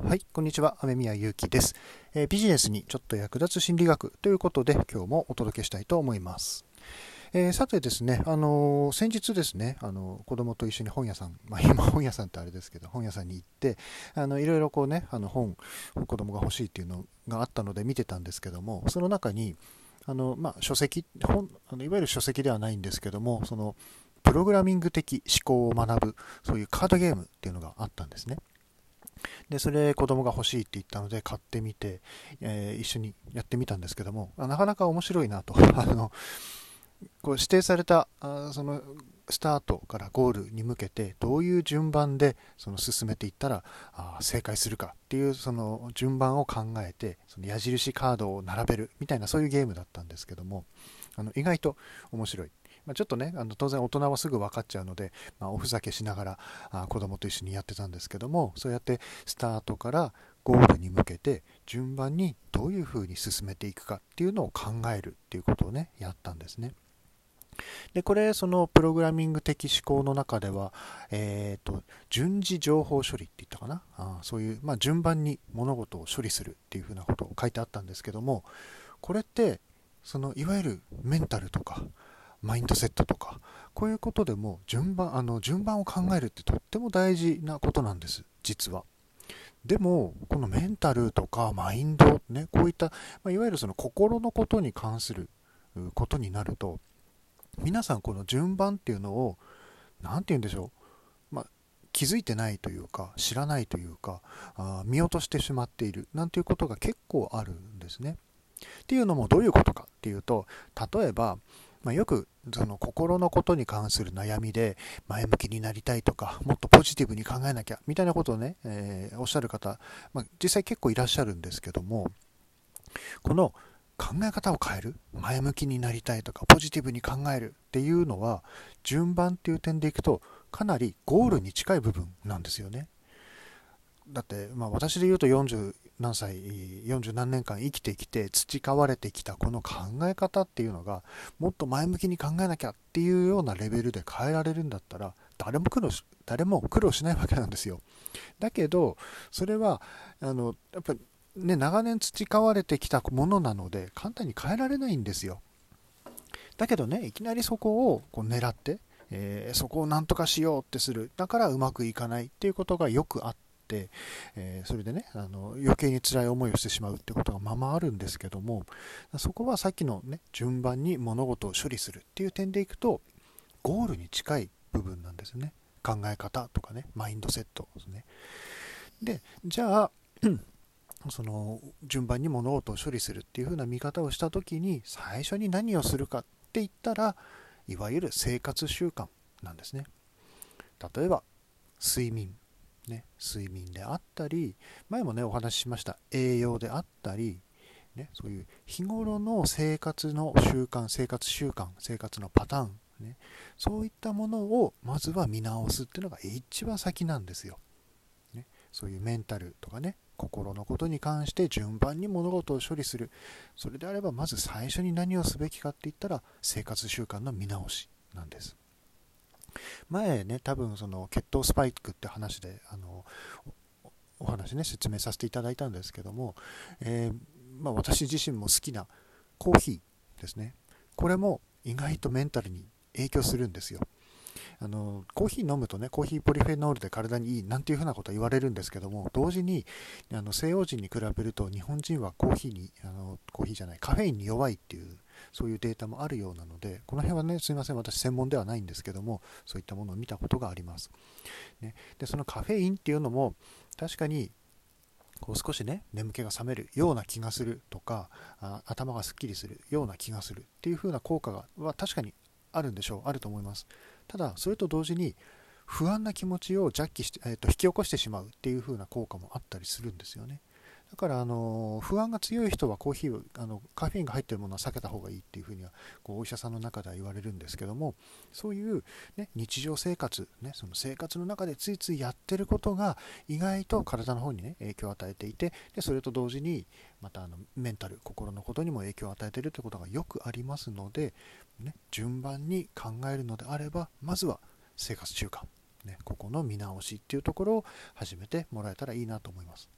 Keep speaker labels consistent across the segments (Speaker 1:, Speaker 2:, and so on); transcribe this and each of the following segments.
Speaker 1: はい、こんにちは。雨宮ゆうきです。ビジネスにちょっと役立つ心理学ということで、今日もお届けしたいと思います。さてですね、先日ですね、子供と一緒に本屋さん、今本屋さんってあれですけど、本屋さんに行って、いろいろこうね、子供が欲しいっていうのがあったので見てたんですけども、その中に、書籍、いわゆる書籍ではないんですけども、プログラミング的思考を学ぶ、そういうカードゲームっていうのがあったんですね。で、それ子供が欲しいって言ったので買ってみて、一緒にやってみたんですけども、なかなか面白いなと。こう指定されたそのスタートからゴールに向けてどういう順番で進めていったら正解するかっていうその順番を考えて、その矢印カードを並べるみたいな、そういうゲームだったんですけども、意外と面白い。ちょっとね、当然大人はすぐ分かっちゃうので、おふざけしながら子供と一緒にやってたんですけども、そうやってスタートからゴールに向けて順番にどういうふうに進めていくかっていうのを考えるっていうことをね、やったんですね。で、これ、そのプログラミング的思考の中では、順次情報処理って言ったかな、そういう、順番に物事を処理するっていうふうなことを書いてあったんですけども、これって、いわゆるメンタルとか、マインドセットとか、こういうことでも順番を考えるってとっても大事なことなんです、実は。でも、このメンタルとかマインド、ね、こういった、いわゆるその心のことに関することになると、皆さんこの順番っていうのを、なんて言うんでしょう、気づいてないというか、知らないというか、見落としてしまっている、なんていうことが結構あるんですね。っていうのもどういうことかっていうと、例えば、よくその心のことに関する悩みで前向きになりたいとか、もっとポジティブに考えなきゃみたいなことをね、おっしゃる方、実際結構いらっしゃるんですけども、この考え方を変える、前向きになりたいとかポジティブに考えるっていうのは、順番っていう点でいくとかなりゴールに近い部分なんですよね。だって、私で言うと40何歳、40何年間生きてきて培われてきたこの考え方っていうのが、もっと前向きに考えなきゃっていうようなレベルで変えられるんだったら、誰も苦労しないわけなんですよ。だけど、それは、やっぱりね、長年培われてきたものなので、簡単に変えられないんですよ。だけどね、いきなりそこをこう狙って、そこをなんとかしようってする。だからうまくいかないっていうことがよくあって、それでね、余計に辛い思いをしてしまうってことがままあるんですけども、そこはさっきのね、順番に物事を処理するっていう点でいくと、ゴールに近い部分なんですね。考え方とかね、マインドセットですね。で、じゃあ、その順番に物事を処理するっていう風な見方をした時に、最初に何をするかって言ったら、いわゆる生活習慣なんですね。例えば睡眠、睡眠であったり、前もねお話ししました栄養であったり、そういう日頃の生活の生活のパターン、そういったものをまずは見直すっていうのが一番先なんですよ。そういうメンタルとかね、心のことに関して順番に物事を処理する。それであれば、まず最初に何をすべきかって言ったら、生活習慣の見直しなんです。前ね、多分その血糖スパイクって話で、お話ね、説明させていただいたんですけども、私自身も好きなコーヒーですね。これも意外とメンタルに影響するんですよ。コーヒー飲むとね、コーヒーポリフェノールで体にいいなんていうふうなことは言われるんですけども、同時に西洋人に比べると日本人はコーヒーじゃない、カフェインに弱いっていう、そういうデータもあるようなので、この辺はね、すいません、私専門ではないんですけども、そういったものを見たことがあります。で、そのカフェインっていうのも、確かにこう少しね、眠気が覚めるような気がするとか、頭がすっきりするような気がするっていう風な効果は確かにあるんでしょう、あると思います。ただ、それと同時に、不安な気持ちをジャッキして、引き起こしてしまうっていう風な効果もあったりするんですよね。だから、不安が強い人はコーヒーを、カフェインが入っているものは避けた方がいいっていう風には、こうお医者さんの中では言われるんですけども、そういう、日常生活、その生活の中でついついやってることが、意外と体の方にね、影響を与えていて、で、それと同時に、またメンタル、心のことにも影響を与えているということがよくありますので、順番に考えるのであれば、まずは生活習慣、ここの見直しっていうところを始めてもらえたらいいなと思います。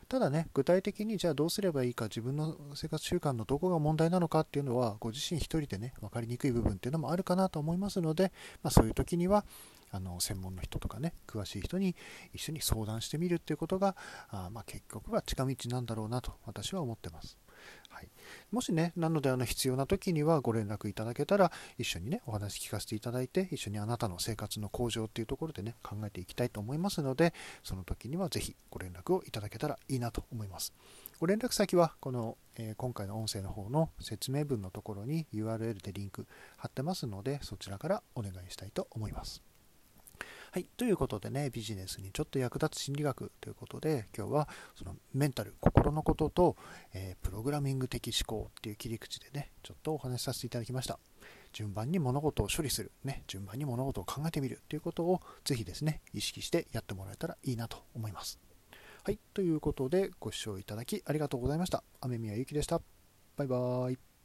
Speaker 1: ただね、具体的にじゃあどうすればいいか、自分の生活習慣のどこが問題なのかっていうのは、ご自身一人でね、分かりにくい部分っていうのもあるかなと思いますので、そういう時には、専門の人とかね、詳しい人に一緒に相談してみるっていうことが、結局は近道なんだろうなと私は思ってます。はい、もしね、なので必要な時にはご連絡いただけたら、一緒にね、お話聞かせていただいて、一緒にあなたの生活の向上っていうところでね、考えていきたいと思いますので、その時にはぜひご連絡をいただけたらいいなと思います。ご連絡先は、この、今回の音声の方の説明文のところに URL でリンク貼ってますので、そちらからお願いしたいと思います。はい、ということでね、ビジネスにちょっと役立つ心理学ということで、今日はそのメンタル、心のことと、プログラミング的思考っていう切り口でね、ちょっとお話しさせていただきました。順番に物事を処理する、ね、順番に物事を考えてみるということをぜひですね、意識してやってもらえたらいいなと思います。はい、ということでご視聴いただきありがとうございました。雨宮ゆきでした。バイバーイ。